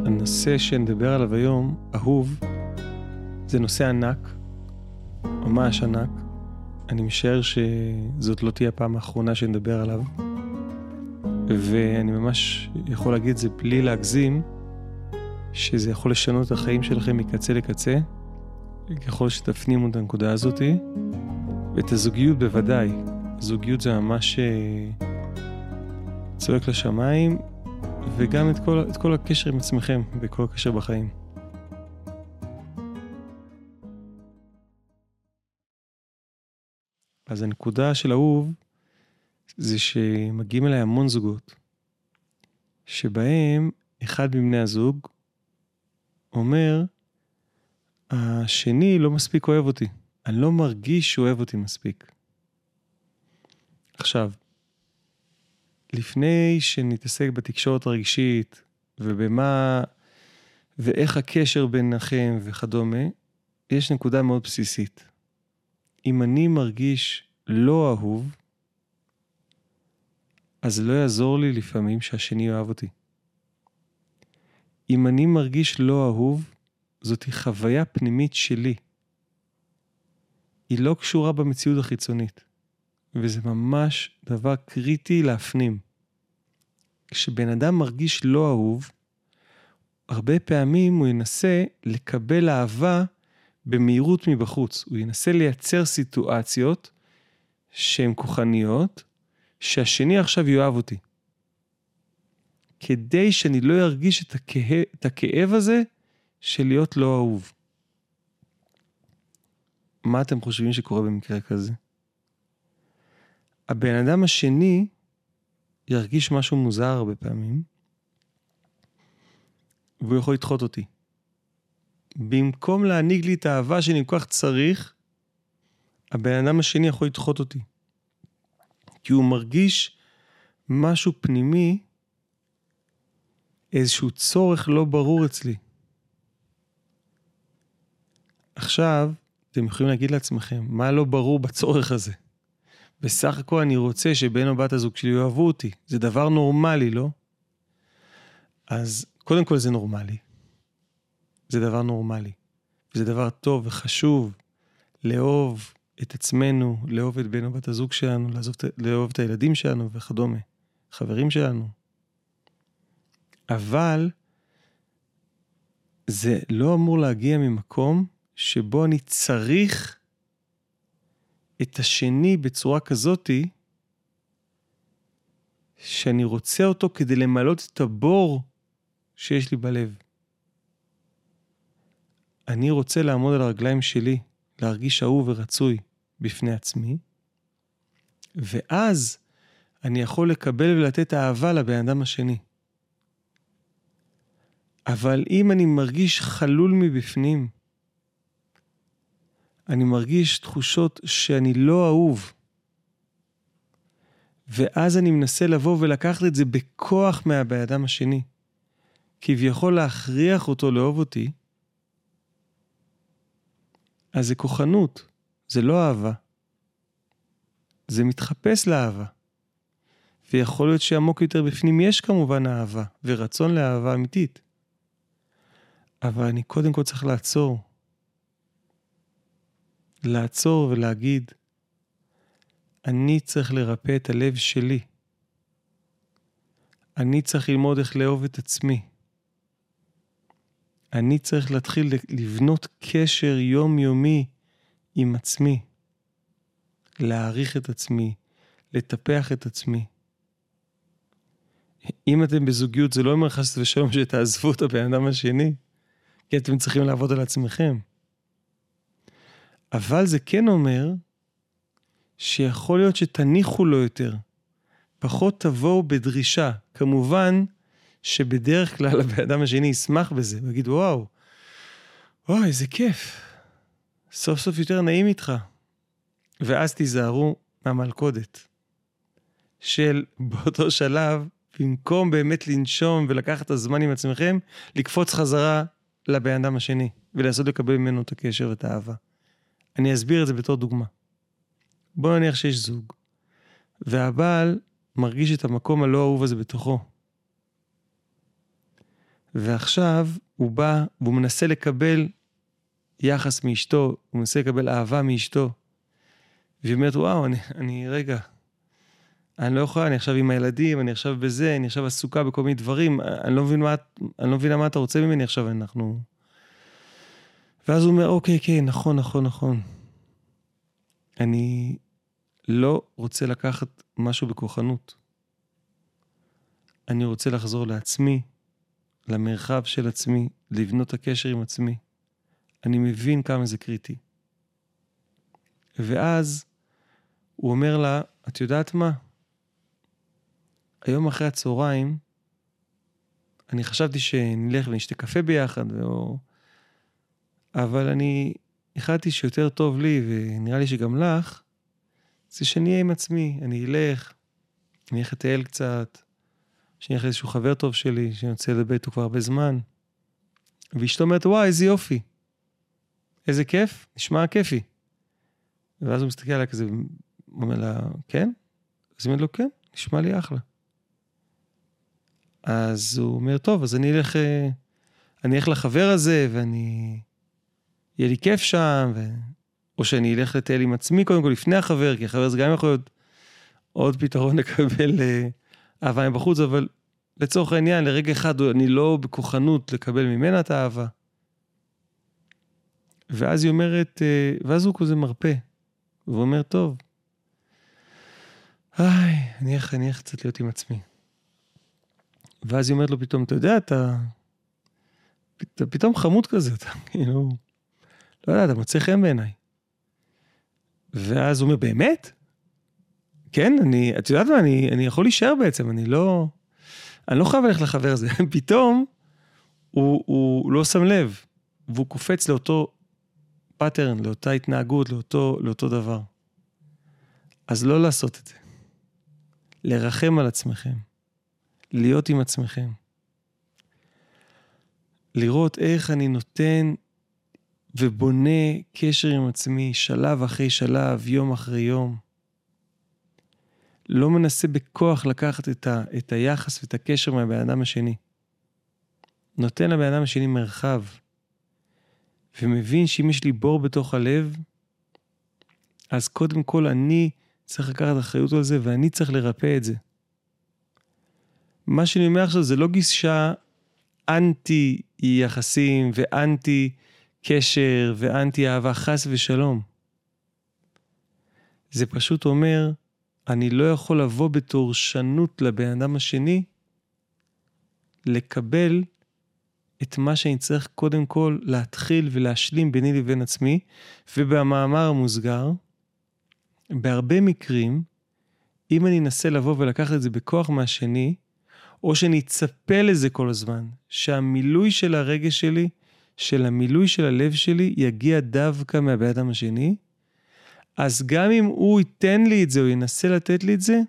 הנושא שנדבר עליו היום, אהוב, זה נושא ענק, ממש ענק. אני משער שזאת לא תהיה הפעם האחרונה שנדבר עליו. ואני ממש יכול להגיד את זה בלי להגזים, שזה יכול לשנות את החיים שלכם מקצה לקצה, ככל שתפנימו את הנקודה הזאת, ואת הזוגיות בוודאי. הזוגיות זה ממש צועק לשמיים, וגם את כל הקשר עם עצמכם, וכל הקשר בחיים. אז הנקודה של אהוב, זה שמגיעים אליי המון זוגות, שבהם אחד מבני הזוג אומר, השני לא מספיק אוהב אותי. אני לא מרגיש שהוא אוהב אותי מספיק. עכשיו, לפני שנתעסק בתקשורת הרגשית, ואיך הקשר ביניכם וכדומה, יש נקודה מאוד בסיסית. אם אני מרגיש לא אהוב, אז לא יעזור לי לפעמים שהשני אוהב אותי. אם אני מרגיש לא אהוב, זאת היא חוויה פנימית שלי. היא לא קשורה במציאות החיצונית. וזה ממש דבר קריטי להפנים. כשבן אדם מרגיש לא אהוב, הרבה פעמים הוא ינסה לקבל אהבה במהירות מבחוץ. הוא ינסה לייצר סיטואציות שהן כוחניות, שהשני עכשיו יאהב אותי. כדי שאני לא ארגיש את הכאב הזה של להיות לא אהוב. מה אתם חושבים שקורה במקרה כזה? הבן אדם השני ירגיש משהו מוזר הרבה פעמים, והוא יכול לדחות אותי. במקום להעניק לי את האהבה שאני כל כך צריך, הבן אדם השני יכול לדחות אותי. כי הוא מרגיש משהו פנימי, איזשהו צורך לא ברור אצלי. עכשיו, אתם יכולים להגיד לעצמכם, מה לא ברור בצורך הזה? בסך הכל אני רוצה שבן או בת הזוג שלי יאהבו אותי. זה דבר נורמלי, לא? אז קודם כל זה נורמלי. זה דבר נורמלי. וזה דבר טוב וחשוב לאהוב את עצמנו, לאהוב את בן או בת הזוג שלנו, לאהוב את הילדים שלנו וכדומה, חברים שלנו. אבל זה לא אמור להגיע ממקום שבו אני צריך את השני בצורה כזאתי, שאני רוצה אותו כדי למלות את הבור שיש לי בלב. אני רוצה לעמוד על הרגליים שלי, להרגיש אהוב ורצוי בפני עצמי, ואז אני יכול לקבל ולתת אהבה לבן אדם השני. אבל אם אני מרגיש חלול מבפנים, אני מרגיש תחושות שאני לא אהוב, ואז אני מנסה לבוא ולקחת את זה בכוח מהבן אדם השני, כביכול להכריח אותו לאהוב אותי, אז זה כוחנות, זה לא אהבה. זה מתחפש לאהבה. ויכול להיות שעמוק יותר בפנים יש כמובן אהבה, ורצון לאהבה אמיתית. אבל אני קודם כל צריך לעצור. לעצור ולהגיד, אני צריך לרפא את הלב שלי. אני צריך ללמוד איך לאהוב את עצמי. אני צריך להתחיל לבנות קשר יומיומי עם עצמי. להעריך את עצמי, לטפח את עצמי. אם אתם בזוגיות, זה לא אומר חס ושלום שתעזבו את הבן אדם השני, כי אתם צריכים לעבוד על עצמכם. אבל זה כן אומר שיכול להיות שתניחו לו יותר. פחות תבואו בדרישה. כמובן שבדרך כלל הבן אדם השני ישמח בזה, ויגיד וואו, איזה כיף. סוף סוף יותר נעים איתך. ואז תיזהרו מהמלכודת. של באותו שלב, במקום באמת לנשום ולקחת את הזמן עם עצמכם, לקפוץ חזרה לבן אדם השני, ולעשות לקבל ממנו את הקשר ואת האהבה. אני אסביר את זה בתור דוגמה. בואו נניח שיש זוג, והבעל מרגיש את המקום הלא אהוב הזה בתוכו. ועכשיו הוא בא, והוא מנסה לקבל יחס מאשתו, הוא מנסה לקבל אהבה מאשתו, והיא אומרת, וואו, אני רגע, אני לא יכולה, אני עכשיו עם הילדים, אני עכשיו בזה, אני עכשיו עסוקה בכל מיני דברים, אני לא מבינה מה אתה רוצה ממני עכשיו, אנחנו... ואז הוא אומר, אוקיי, כן, נכון. אני לא רוצה לקחת משהו בכוחנות. אני רוצה לחזור לעצמי, למרחב של עצמי, לבנות את הקשר עם עצמי. אני מבין כמה זה קריטי. ואז הוא אומר לה, את יודעת מה? היום אחרי הצהריים, אני חשבתי שנלך ונשתה קפה ביחד, אבל אני החלטתי שיותר טוב לי, ונראה לי שגם לך, זה שאני אהיה עם עצמי, אני אלך לטייל קצת, שאני אלך לאיזשהו חבר טוב שלי, שאני רוצה לדבר איתו כבר הרבה זמן. ואשתו אומרת, וואי, איזה יופי. איזה כיף, נשמע כיפי. ואז הוא מסתכל עליה כזה, הוא אומר לה, כן? אז היא אומרת לו, כן, נשמע לי אחלה. אז הוא אומר, טוב, אז אני אלך לחבר הזה, יהיה לי כיף שם, או שאני אלך לטייל עם עצמי, קודם כל לפני החבר, כי החבר זה גם יכול להיות עוד פתרון לקבל אהבה מבחוץ, אבל לצורך העניין, לרגע אחד, אני לא בכוחנות לקבל ממנה את האהבה. ואז היא אומרת, ואז הוא כזה מרפא, והוא אומר, טוב, אני אלך קצת להיות עם עצמי. ואז היא אומרת לו פתאום, אתה יודע, אתה פתאום חמוד כזה, אתה כאילו, לא יודע, אתה מוצא חן בעיניי. ואז הוא אומר, באמת? כן, את יודעת מה, אני יכול להישאר בעצם, אני לא חייב ללכת לחבר הזה. פתאום הוא לא שם לב, והוא קופץ לאותו פאטרן, לאותה התנהגות, לאותו דבר. אז לא לעשות את זה. לרחם על עצמכם. להיות עם עצמכם. לראות איך אני נותן ובונה קשר עם עצמי, שלב אחרי שלב, יום אחרי יום. לא מנסה בכוח לקחת את היחס ואת הקשר מהבן אדם השני. נותן לבן אדם השני מרחב. ומבין שאם יש לי בור בתוך הלב, אז קודם כל אני צריך לקחת אחריות על זה, ואני צריך לרפא את זה. מה שאני אומר עכשיו זה לא גישה אנטי יחסים ואנטי קשר ואנטי אהבה, חס ושלום. זה פשוט אומר, אני לא יכול לבוא בתורשנות לבן אדם השני, לקבל את מה שאני צריך קודם כל להתחיל ולהשלים ביני לבין עצמי, ובמאמר המוסגר, בהרבה מקרים, אם אני אנסה לבוא ולקחת את זה בכוח מהשני, או שאני אצפה לזה כל הזמן, שהמילוי של הרגש שלי, של המילוי של הלב שלי, יגיע דווקא מהבן אדם השני, אז גם אם הוא ייתן לי את זה, או ינסה לתת לי את זה,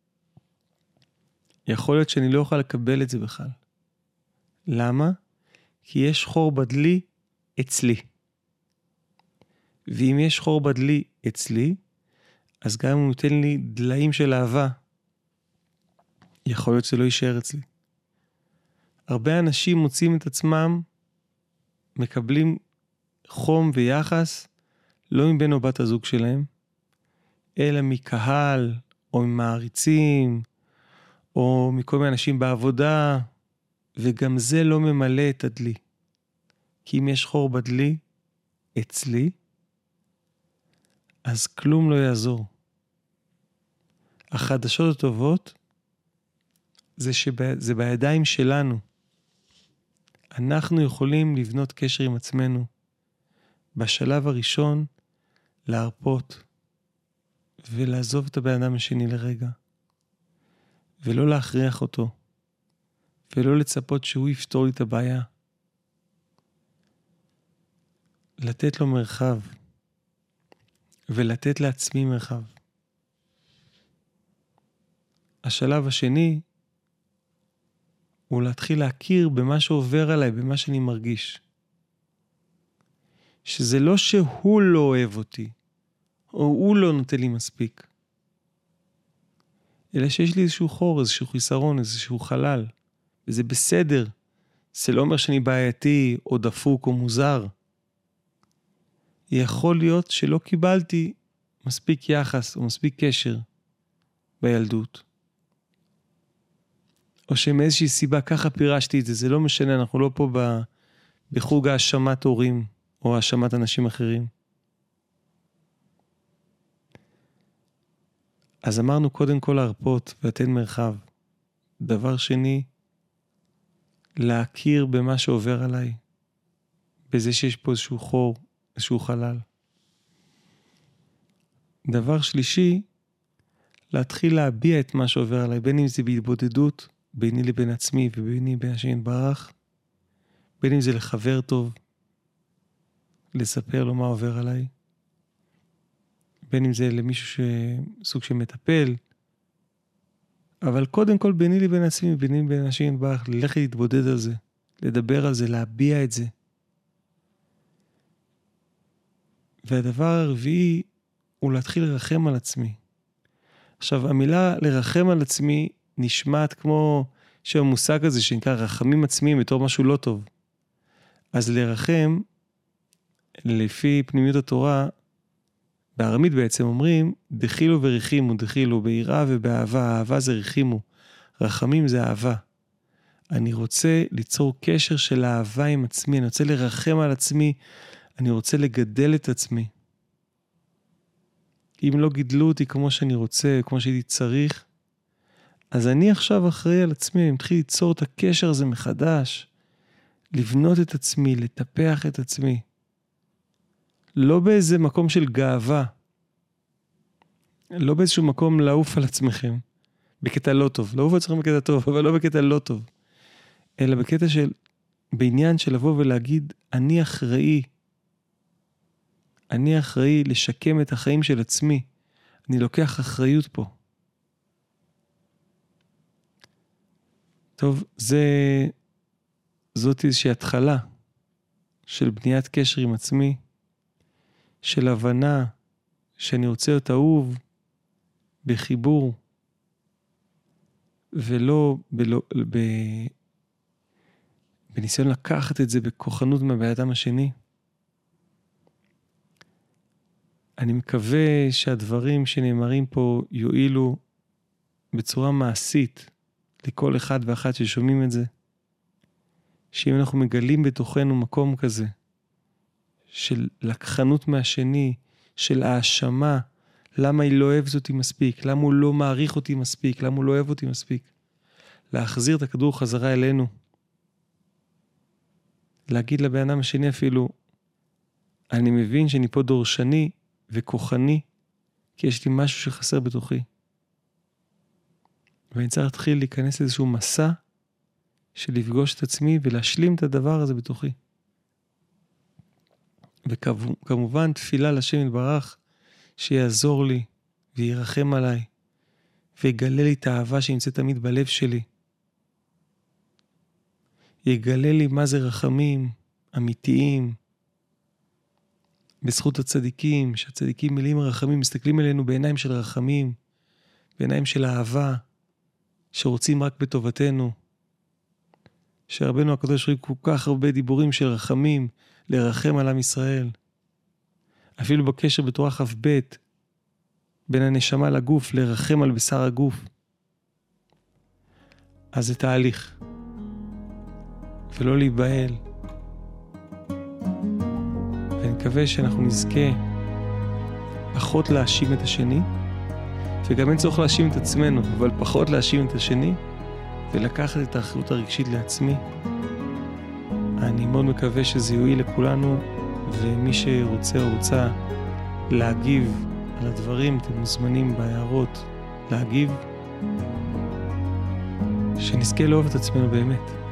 יכול להיות שאני לא אוכל לקבל את זה בכלל. למה? כי יש חור בדלי אצלי. ואם יש חור בדלי אצלי, אז גם אם הוא ייתן לי דליים של אהבה, יכול להיות שלא יישאר אצלי. הרבה אנשים מוצאים את עצמם, מקבלים חום ויחס, לא מבן או בת הזוג שלהם, אלא מקהל, או ממעריצים, או מכל מיני אנשים בעבודה, וגם זה לא ממלא את הדלי. כי אם יש חור בדלי, אצלי, אז כלום לא יעזור. החדשות הטובות, זה בידיים שלנו. אנחנו יכולים לבנות קשר עם עצמנו. בשלב הראשון, להרפות, ולעזוב את הבן אדם השני לרגע. ולא להכריח אותו. ולא לצפות שהוא יפתור לי את הבעיה. לתת לו מרחב. ולתת לעצמי מרחב. השלב השני, הוא להתחיל להכיר במה שעובר עליי, במה שאני מרגיש. שזה לא שהוא לא אוהב אותי, או הוא לא נותן לי מספיק. אלא שיש לי איזשהו חור, איזשהו חיסרון, איזשהו חלל. וזה בסדר. זה לא אומר שאני בעייתי או דפוק או מוזר. יכול להיות שלא קיבלתי מספיק יחס או מספיק קשר בילדות. או שמאיזושהי סיבה ככה פירשתי את זה, זה לא משנה, אנחנו לא פה בחוג האשמת הורים או האשמת אנשים אחרים. אז אמרנו קודם כל להרפות ולתן מרחב. דבר שני, להכיר במה שעובר עליי, בזה שיש פה איזשהו חור, איזשהו חלל. דבר שלישי, להתחיל להביע את מה שעובר עליי, בין אם זה בהתבודדות, ביני לבין עצמי וביני בין השם יתברך, בין אם זה לחבר טוב, לספר לו מה עובר עליי, בין אם זה למישהו סוג שמטפל, אבל קודם כל ביני לבין עצמי, ביני לבין השם יתברך, ללכת להתבודד על זה, לדבר על זה, להביע את זה. והדבר הרביעי הוא להתחיל לרחם על עצמי. עכשיו, המילה לרחם על עצמי נשמעת כמו שהמושג הזה שנקרא רחמים עצמיים בתור משהו לא טוב. אז לרחם, לפי פנימיות התורה, בארמית בעצם אומרים, דחילו ורחימו, דחילו, ביראה ובאהבה, אהבה זה רחימו, רחמים זה אהבה. אני רוצה ליצור קשר של אהבה עם עצמי, אני רוצה לרחם על עצמי, אני רוצה לגדל את עצמי. אם לא גידלו אותי כמו שאני רוצה, כמו שהייתי צריך, אז אני עכשיו אחראי על עצמי, אני מתחיל ליצור את הקשר הזה מחדש, לבנות את עצמי, לטפח את עצמי. לא באיזה מקום של גאווה, לא באיזשהו מקום לעוף על עצמכם, בקטע לא טוב, לעוף על עצמכם בקטע טוב, אבל לא בקטע לא טוב, אלא בקטע של, בעניין של לבוא ולהגיד, אני אחראי לשקם את החיים של עצמי, אני לוקח אחריות פה. טוב, זאת איזושהי התחלה של בניית קשר עם עצמי, של הבנה שאני רוצה להיות אהוב בחיבור, ולא בניסיון לקחת את זה בכוחנות מהבן אדם השני. אני מקווה שהדברים שנאמרים פה יועילו בצורה מעשית לכל אחד ואחת ששומעים את זה. שאם אנחנו מגלים בתוכנו מקום כזה, של לקחנות מהשני, של האשמה, למה היא לא אוהבת אותי מספיק, למה הוא לא מעריך אותי מספיק, למה הוא לא אוהב אותי מספיק. להחזיר את הכדור חזרה אלינו. להגיד לבן אדם השני אפילו, אני מבין שאני פה דורשני וכוחני, כי יש לי משהו שחסר בתוכי. ואני צריך להתחיל להיכנס לאיזשהו מסע, של לפגוש את עצמי ולהשלים את הדבר הזה בתוכי. וכמובן תפילה לשם יתברך, שיעזור לי וירחם עליי, ויגלה לי את האהבה שנמצאת תמיד בלב שלי. יגלה לי מה זה רחמים אמיתיים, בזכות הצדיקים, שהצדיקים מלאים רחמים, מסתכלים עלינו בעיניים של רחמים, בעיניים של אהבה, שרוצים רק בטובתנו. שרבנו הקדוש ברוך הוא כל כך הרבה דיבורים של רחמים, לרחם על עם ישראל. אפילו בקשר בתורה כ"ב, בין הנשמה לגוף, לרחם על בשר הגוף. אז זה תהליך. ולא להיבהל. ואני מקווה שאנחנו נזכה פחות להאשים את השני, וגם אין צורך להאשים את עצמנו, אבל פחות להאשים את השני, ולקחת את האחריות הרגשית לעצמי. אני מאוד מקווה שזה יועיל לכולנו, ומי שרוצה או רוצה להגיב על הדברים, אתם מוזמנים בהערות להגיב, שנזכה לאהוב את עצמנו באמת.